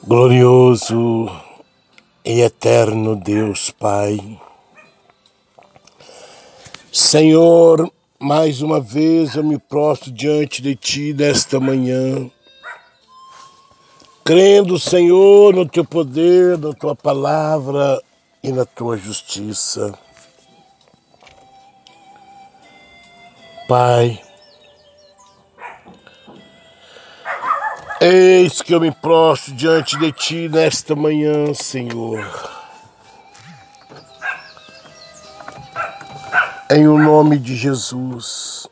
Glorioso e eterno Deus Pai, Senhor, mais uma vez eu me prostro diante de Ti nesta manhã, crendo, Senhor, no Teu poder, na Tua palavra e na Tua justiça. Pai, eis que eu me prostro diante de Ti nesta manhã, Senhor. Em o nome de Jesus.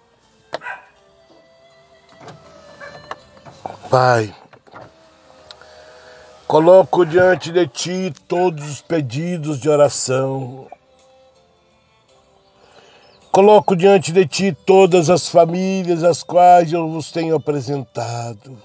Pai, coloco diante de Ti todos os pedidos de oração. Coloco diante de Ti todas as famílias as quais eu vos tenho apresentado.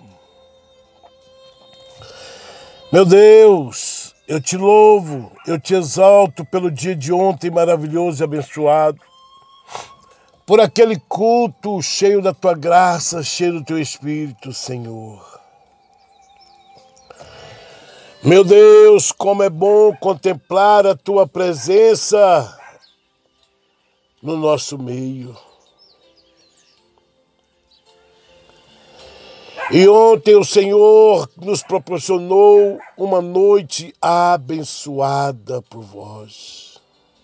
Meu Deus, eu Te louvo, eu Te exalto pelo dia de ontem maravilhoso e abençoado, por aquele culto cheio da Tua graça, cheio do Teu Espírito, Senhor. Meu Deus, como é bom contemplar a Tua presença no nosso meio. E ontem o Senhor nos proporcionou uma noite abençoada por vós.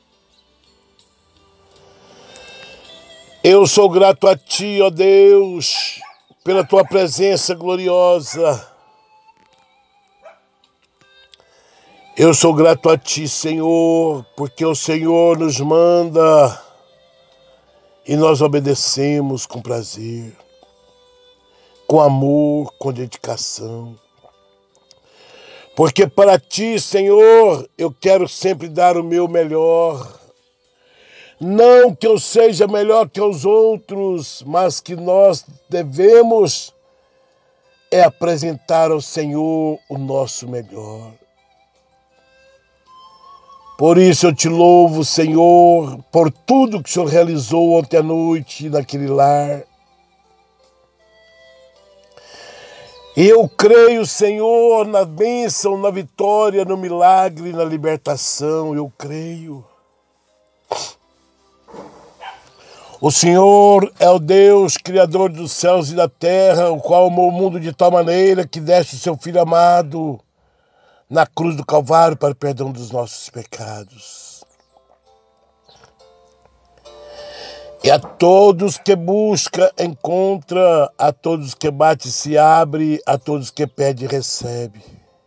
Eu sou grato a Ti, ó Deus, pela Tua presença gloriosa. Eu sou grato a Ti, Senhor, porque o Senhor nos manda e nós obedecemos com prazer, com amor, com dedicação. Porque para Ti, Senhor, eu quero sempre dar o meu melhor. Não que eu seja melhor que os outros, mas que nós devemos apresentar ao Senhor o nosso melhor. Por isso eu Te louvo, Senhor, por tudo que o Senhor realizou ontem à noite naquele lar. E eu creio, Senhor, na bênção, na vitória, no milagre, na libertação, eu creio. O Senhor é o Deus, Criador dos céus e da terra, o qual amou o mundo de tal maneira que deste o seu Filho amado na cruz do Calvário para o perdão dos nossos pecados. E a todos que busca, encontra, a todos que bate, se abre, a todos que pede, recebe.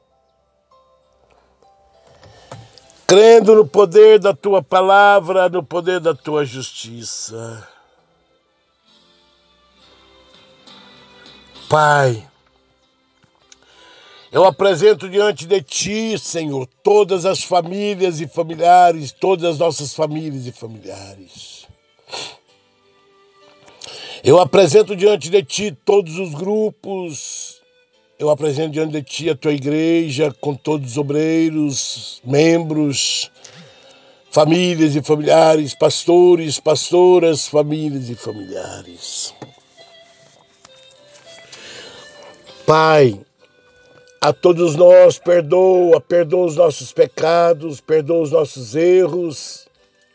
Crendo no poder da Tua palavra, no poder da Tua justiça. Pai, eu apresento diante de Ti, Senhor, todas as famílias e familiares, todas as nossas famílias e familiares. Eu apresento diante de Ti todos os grupos. Eu apresento diante de Ti a Tua igreja, com todos os obreiros, membros, famílias e familiares, pastores, pastoras, famílias e familiares. Pai, a todos nós perdoa os nossos pecados, perdoa os nossos erros,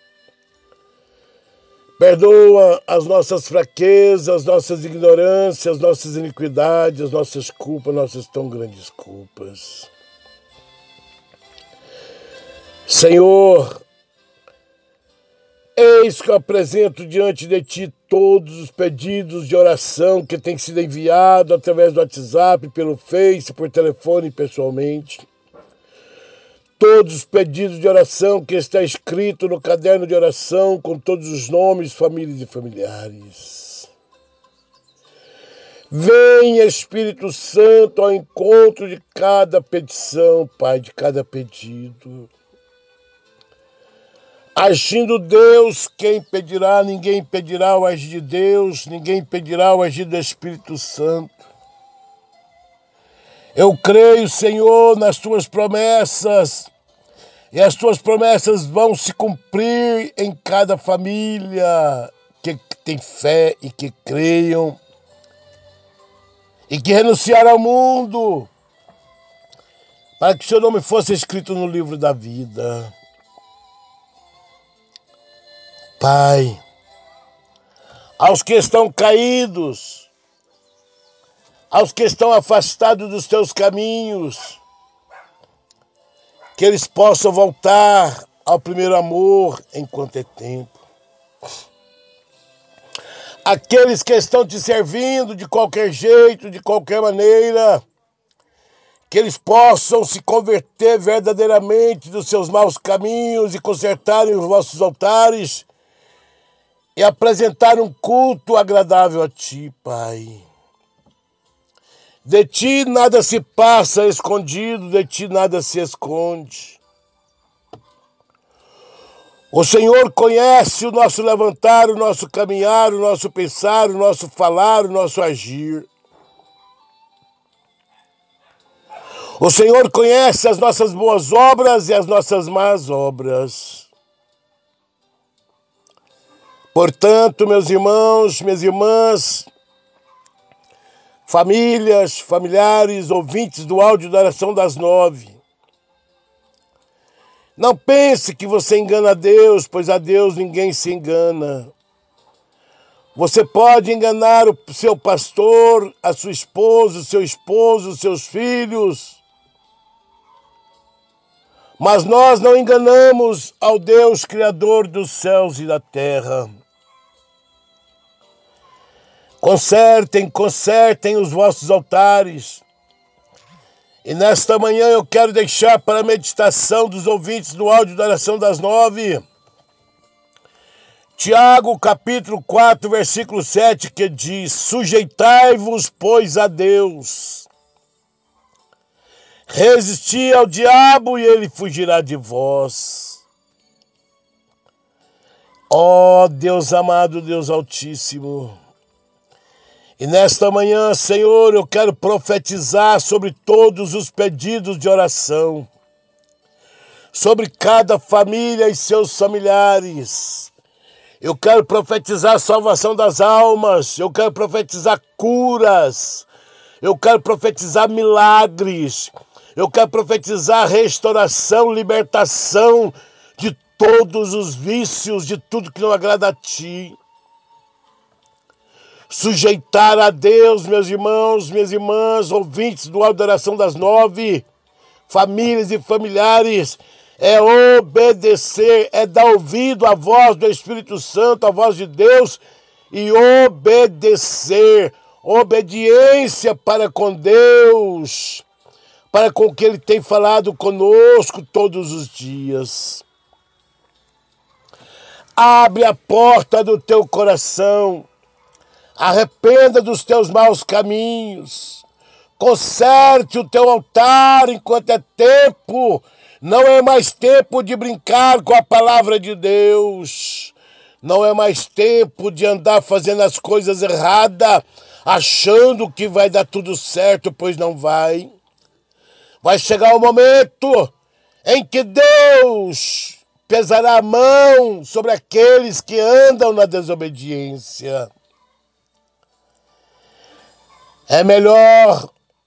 perdoa as nossas fraquezas, as nossas ignorâncias, as nossas iniquidades, as nossas culpas, nossas tão grandes culpas. Senhor, eis que eu apresento diante de Ti todos os pedidos de oração que têm sido enviados através do WhatsApp, pelo Face, por telefone e pessoalmente. Todos os pedidos de oração que está escrito no caderno de oração com todos os nomes, famílias e familiares. Venha, Espírito Santo, ao encontro de cada petição, Pai, de cada pedido. Agindo Deus, quem impedirá? Ninguém impedirá o agir de Deus, ninguém impedirá o agir do Espírito Santo. Eu creio, Senhor, nas Tuas promessas, e as Tuas promessas vão se cumprir em cada família que tem fé e que creiam, e que renunciar ao mundo para que seu nome fosse escrito no livro da vida. Pai, aos que estão caídos, aos que estão afastados dos teus caminhos, que eles possam voltar ao primeiro amor enquanto é tempo. Aqueles que estão te servindo de qualquer jeito, de qualquer maneira, que eles possam se converter verdadeiramente dos seus maus caminhos e consertarem os vossos altares e apresentar um culto agradável a ti, Pai. De ti nada se passa escondido, de ti nada se esconde. O Senhor conhece o nosso levantar, o nosso caminhar, o nosso pensar, o nosso falar, o nosso agir. O Senhor conhece as nossas boas obras e as nossas más obras. Portanto, meus irmãos, minhas irmãs, famílias, familiares, ouvintes do áudio da oração das 9, não pense que você engana a Deus, pois a Deus ninguém se engana. Você pode enganar o seu pastor, a sua esposa, o seu esposo, os seus filhos, mas nós não enganamos ao Deus Criador dos céus e da terra. Consertem os vossos altares. E nesta manhã eu quero deixar para a meditação dos ouvintes do áudio da oração das 9, Tiago, capítulo 4, versículo 7, que diz: sujeitai-vos, pois, a Deus. Resisti ao diabo e ele fugirá de vós. Ó Deus amado, Deus altíssimo. E nesta manhã, Senhor, eu quero profetizar sobre todos os pedidos de oração, sobre cada família e seus familiares. Eu quero profetizar a salvação das almas, eu quero profetizar curas, eu quero profetizar milagres, eu quero profetizar restauração, libertação de todos os vícios, de tudo que não agrada a Ti. Sujeitar a Deus, meus irmãos, minhas irmãs, ouvintes do áudio da oração das 9, famílias e familiares, é obedecer, é dar ouvido à voz do Espírito Santo, à voz de Deus, e obedecer, obediência para com Deus, para com o que Ele tem falado conosco todos os dias. Abre a porta do teu coração, arrependa dos teus maus caminhos, conserte o teu altar enquanto é tempo. Não é mais tempo de brincar com a palavra de Deus. Não é mais tempo de andar fazendo as coisas erradas, achando que vai dar tudo certo, pois não vai. Vai chegar o momento em que Deus pesará a mão sobre aqueles que andam na desobediência. É melhor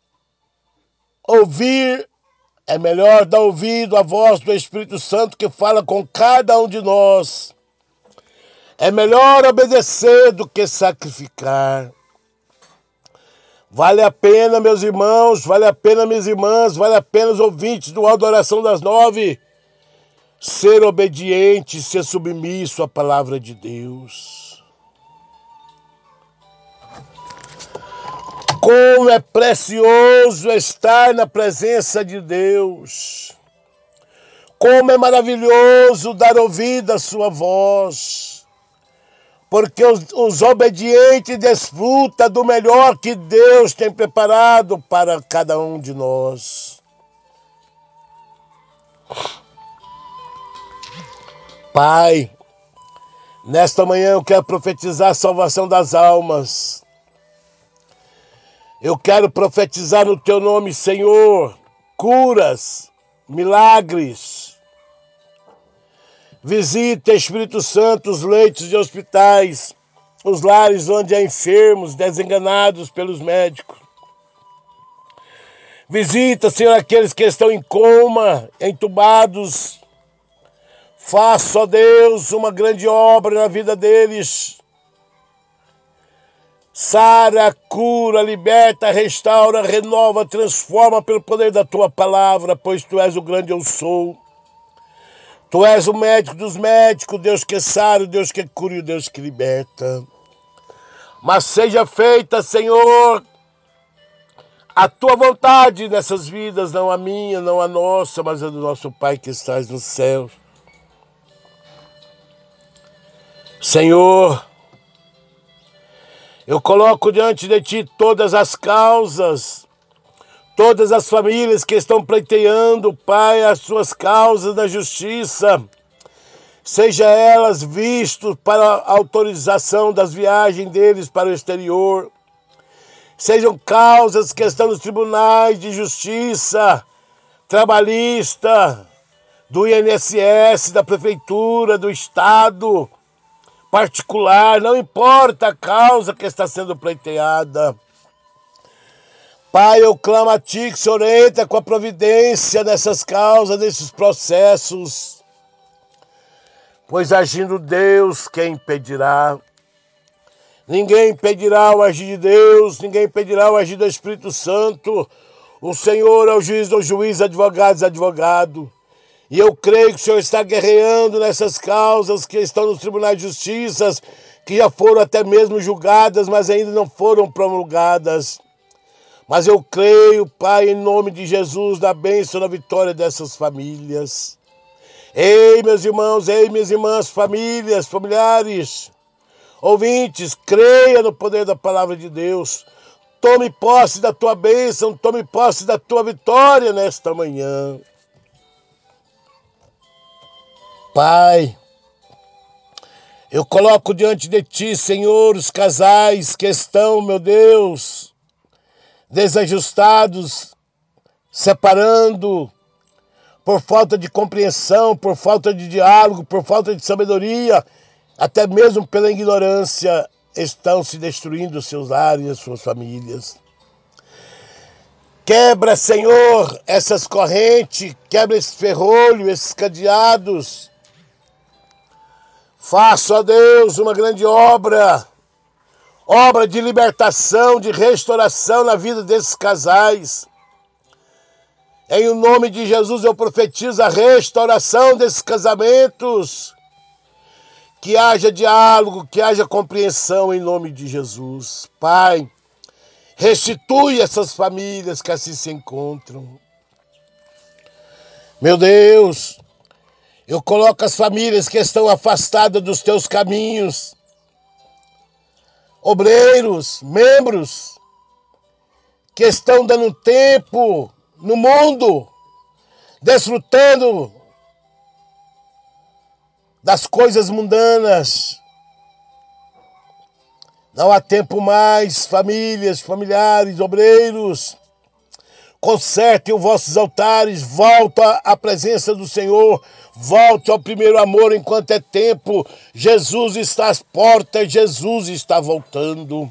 ouvir, é melhor dar ouvido à voz do Espírito Santo que fala com cada um de nós. É melhor obedecer do que sacrificar. Vale a pena, meus irmãos, vale a pena, minhas irmãs, vale a pena os ouvintes do áudio da oração das 9, ser obediente, ser submisso à palavra de Deus. Como é precioso estar na presença de Deus. Como é maravilhoso dar ouvido à sua voz. Porque os obedientes desfrutam do melhor que Deus tem preparado para cada um de nós. Pai, nesta manhã eu quero profetizar a salvação das almas. Eu quero profetizar no teu nome, Senhor, curas, milagres. Visita, Espírito Santo, os leitos de hospitais, os lares onde há enfermos, desenganados pelos médicos. Visita, Senhor, aqueles que estão em coma, entubados. Faça, ó Deus, uma grande obra na vida deles. Sara, cura, liberta, restaura, renova, transforma pelo poder da tua palavra, pois tu és o grande eu sou. Tu és o médico dos médicos, Deus que sara, o Deus que cura e o Deus que liberta. Mas seja feita, Senhor, a tua vontade nessas vidas, não a minha, não a nossa, mas a do nosso Pai que estás no céu. Senhor, eu coloco diante de ti todas as causas, todas as famílias que estão pleiteando, Pai, as suas causas da justiça, seja elas vistos para a autorização das viagens deles para o exterior, sejam causas que estão nos tribunais de justiça, trabalhista, do INSS, da prefeitura, do estado, particular, não importa a causa que está sendo pleiteada. Pai, eu clamo a Ti que o Senhor entra com a providência nessas causas, nesses processos, pois agindo Deus, quem impedirá? Ninguém impedirá o agir de Deus, ninguém impedirá o agir do Espírito Santo. O Senhor é o juiz dos juízes, advogados, advogado. E eu creio que o Senhor está guerreando nessas causas que estão nos tribunais de justiça, que já foram até mesmo julgadas, mas ainda não foram promulgadas. Mas eu creio, Pai, em nome de Jesus, na bênção, na vitória dessas famílias. Ei, meus irmãos, ei, minhas irmãs, famílias, familiares, ouvintes, creia no poder da palavra de Deus. Tome posse da tua bênção, tome posse da tua vitória nesta manhã. Pai, eu coloco diante de ti, Senhor, os casais que estão, meu Deus, desajustados, separando, por falta de compreensão, por falta de diálogo, por falta de sabedoria, até mesmo pela ignorância, estão se destruindo seus lares, suas famílias. Quebra, Senhor, essas correntes, quebra esse ferrolho, esses cadeados. Faça, ó Deus, uma grande obra de libertação, de restauração na vida desses casais. Em o nome de Jesus eu profetizo a restauração desses casamentos. Que haja diálogo, que haja compreensão em nome de Jesus. Pai, restitui essas famílias que assim se encontram. Meu Deus, eu coloco as famílias que estão afastadas dos teus caminhos. Obreiros, membros, que estão dando tempo no mundo, desfrutando das coisas mundanas. Não há tempo mais, famílias, familiares, obreiros. Consertem os vossos altares, volta à presença do Senhor, volte ao primeiro amor enquanto é tempo. Jesus está às portas, Jesus está voltando.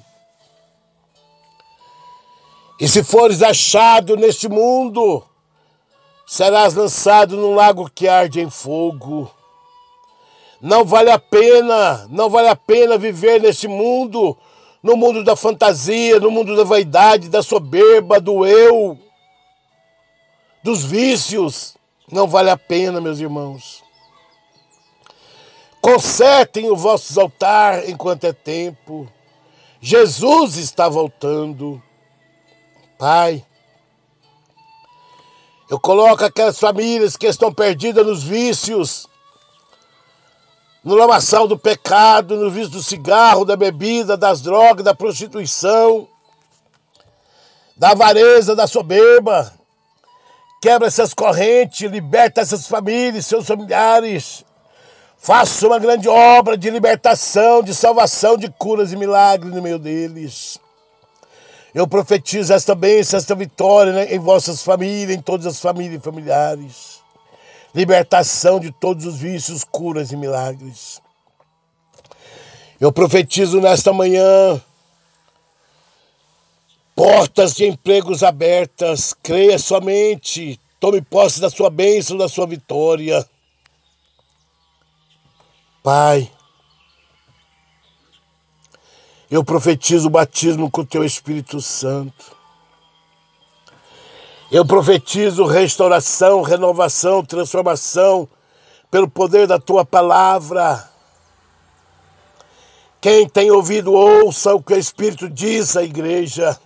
E se fores achado neste mundo, serás lançado num lago que arde em fogo. Não vale a pena viver neste mundo, no mundo da fantasia, no mundo da vaidade, da soberba, do eu, dos vícios. Não vale a pena, meus irmãos. Consertem os vossos altares enquanto é tempo. Jesus está voltando. Pai, eu coloco aquelas famílias que estão perdidas nos vícios, no lamaçal do pecado, no vício do cigarro, da bebida, das drogas, da prostituição, da avareza, da soberba. Quebra essas correntes, liberta essas famílias, seus familiares. Faça uma grande obra de libertação, de salvação, de curas e milagres no meio deles. Eu profetizo esta bênção, esta vitória, né, em vossas famílias, em todas as famílias e familiares. Libertação de todos os vícios, curas e milagres. Eu profetizo nesta manhã Portas de empregos abertas, creia somente, tome posse da sua bênção, da sua vitória. Pai, eu profetizo o batismo com o teu Espírito Santo. Eu profetizo restauração, renovação, transformação pelo poder da tua palavra. Quem tem ouvido, ouça o que o Espírito diz à igreja.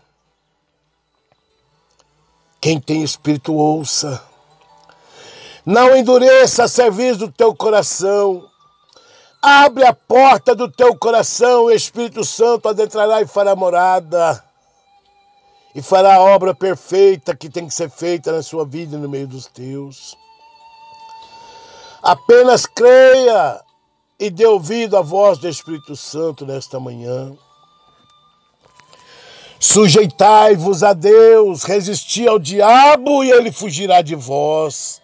Quem tem espírito, ouça. Não endureça a serviço do teu coração. Abre a porta do teu coração, o Espírito Santo adentrará e fará morada. E fará a obra perfeita que tem que ser feita na sua vida e no meio dos teus. Apenas creia e dê ouvido à voz do Espírito Santo nesta manhã. Sujeitai-vos a Deus, resisti ao diabo e ele fugirá de vós.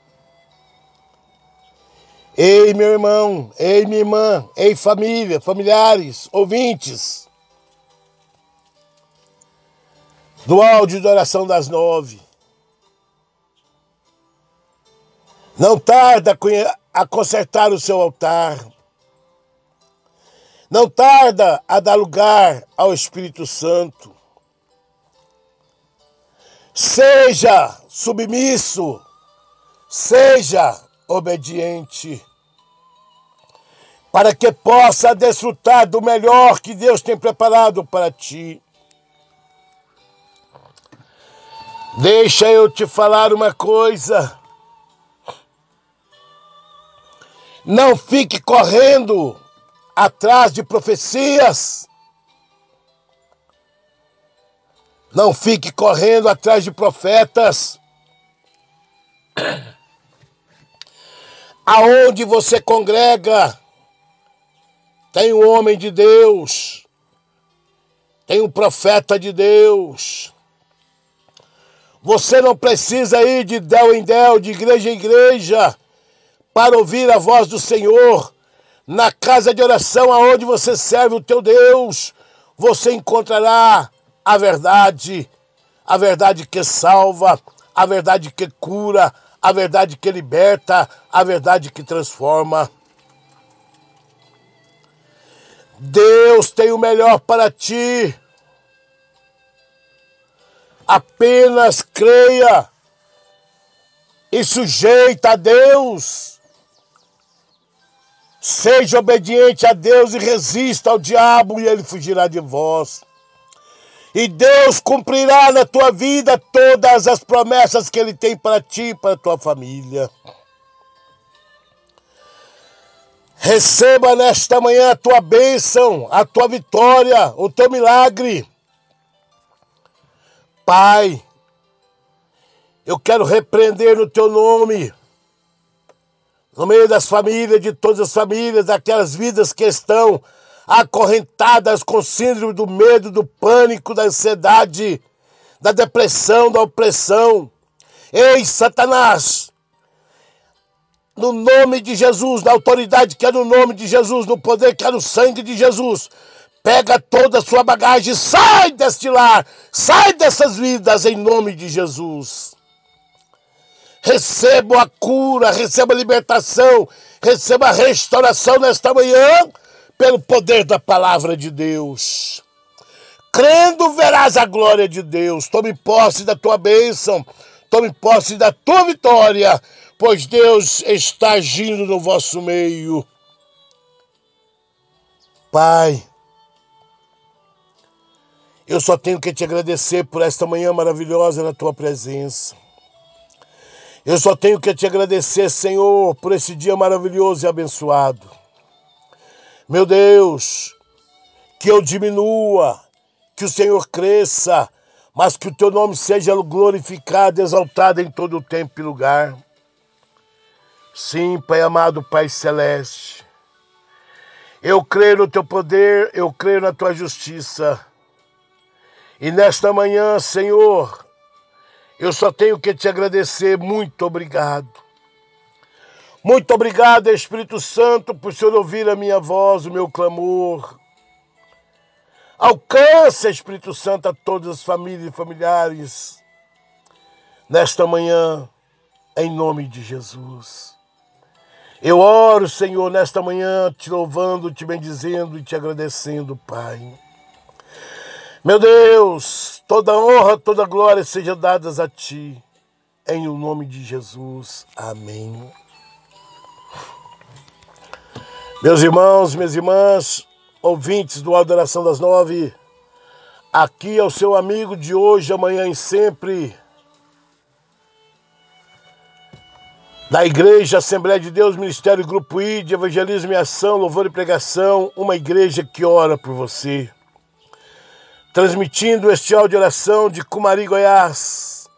Ei, meu irmão, ei, minha irmã, ei, família, familiares, ouvintes do áudio da oração das 9. Não tarda a consertar o seu altar. Não tarda a dar lugar ao Espírito Santo. Seja submisso, seja obediente, para que possa desfrutar do melhor que Deus tem preparado para ti. Deixa eu te falar uma coisa. Não fique correndo atrás de profecias. Não fique correndo atrás de profetas. Aonde você congrega, tem um homem de Deus, tem um profeta de Deus. Você não precisa ir de del em del, de igreja em igreja, para ouvir a voz do Senhor. Na casa de oração aonde você serve o teu Deus, você encontrará a verdade que salva, a verdade que cura, a verdade que liberta, a verdade que transforma. Deus tem o melhor para ti. Apenas creia e sujeita a Deus. Seja obediente a Deus e resista ao diabo e ele fugirá de vós. E Deus cumprirá na tua vida todas as promessas que ele tem para ti e para a tua família. Receba nesta manhã a tua bênção, a tua vitória, o teu milagre. Pai, eu quero repreender no teu nome, no meio das famílias, de todas as famílias, daquelas vidas que estão acorrentadas com síndrome do medo, do pânico, da ansiedade, da depressão, da opressão. Ei, Satanás, no nome de Jesus, na autoridade que é no nome de Jesus, no poder que é no sangue de Jesus, pega toda a sua bagagem, sai deste lar, sai dessas vidas em nome de Jesus. Receba a cura, receba a libertação, receba a restauração nesta manhã, pelo poder da palavra de Deus. Crendo verás a glória de Deus. Tome posse da tua bênção, tome posse da tua vitória, pois Deus está agindo no vosso meio. Pai, eu só tenho que te agradecer por esta manhã maravilhosa na tua presença. Eu só tenho que te agradecer, Senhor, por esse dia maravilhoso e abençoado. Meu Deus, que eu diminua, que o Senhor cresça, mas que o teu nome seja glorificado, exaltado em todo o tempo e lugar. Sim, Pai amado, Pai celeste, eu creio no teu poder, eu creio na tua justiça. E nesta manhã, Senhor, eu só tenho que te agradecer. Muito obrigado. Muito obrigado, Espírito Santo, por Senhor ouvir a minha voz, o meu clamor. Alcance, Espírito Santo, a todas as famílias e familiares nesta manhã, em nome de Jesus. Eu oro, Senhor, nesta manhã, te louvando, te bendizendo e te agradecendo, Pai. Meu Deus, toda honra, toda glória seja dadas a Ti, em o nome de Jesus. Amém. Meus irmãos, minhas irmãs, ouvintes do Adoração das 9, aqui é o seu amigo de hoje, amanhã e sempre, da Igreja Assembleia de Deus, Ministério Grupo I, de Evangelismo e Ação, Louvor e Pregação, uma igreja que ora por você. Transmitindo este áudio de oração de Cumari, Goiás.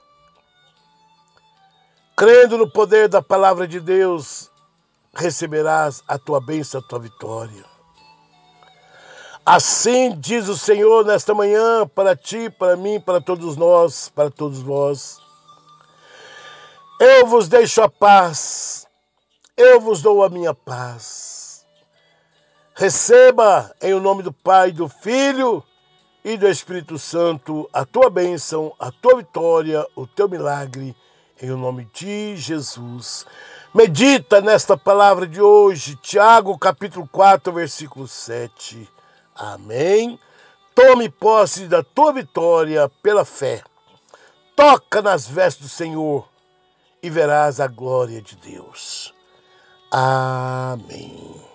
Crendo no poder da palavra de Deus, receberás a tua bênção, a tua vitória. Assim diz o Senhor nesta manhã, para ti, para mim, para todos nós, para todos vós. Eu vos deixo a paz, eu vos dou a minha paz. Receba em o nome do Pai, do Filho e do Espírito Santo a tua bênção, a tua vitória, o teu milagre, em o nome de Jesus. Medita nesta palavra de hoje, Tiago capítulo 4, versículo 7. Amém. Tome posse da tua vitória pela fé. Toca nas vestes do Senhor e verás a glória de Deus. Amém.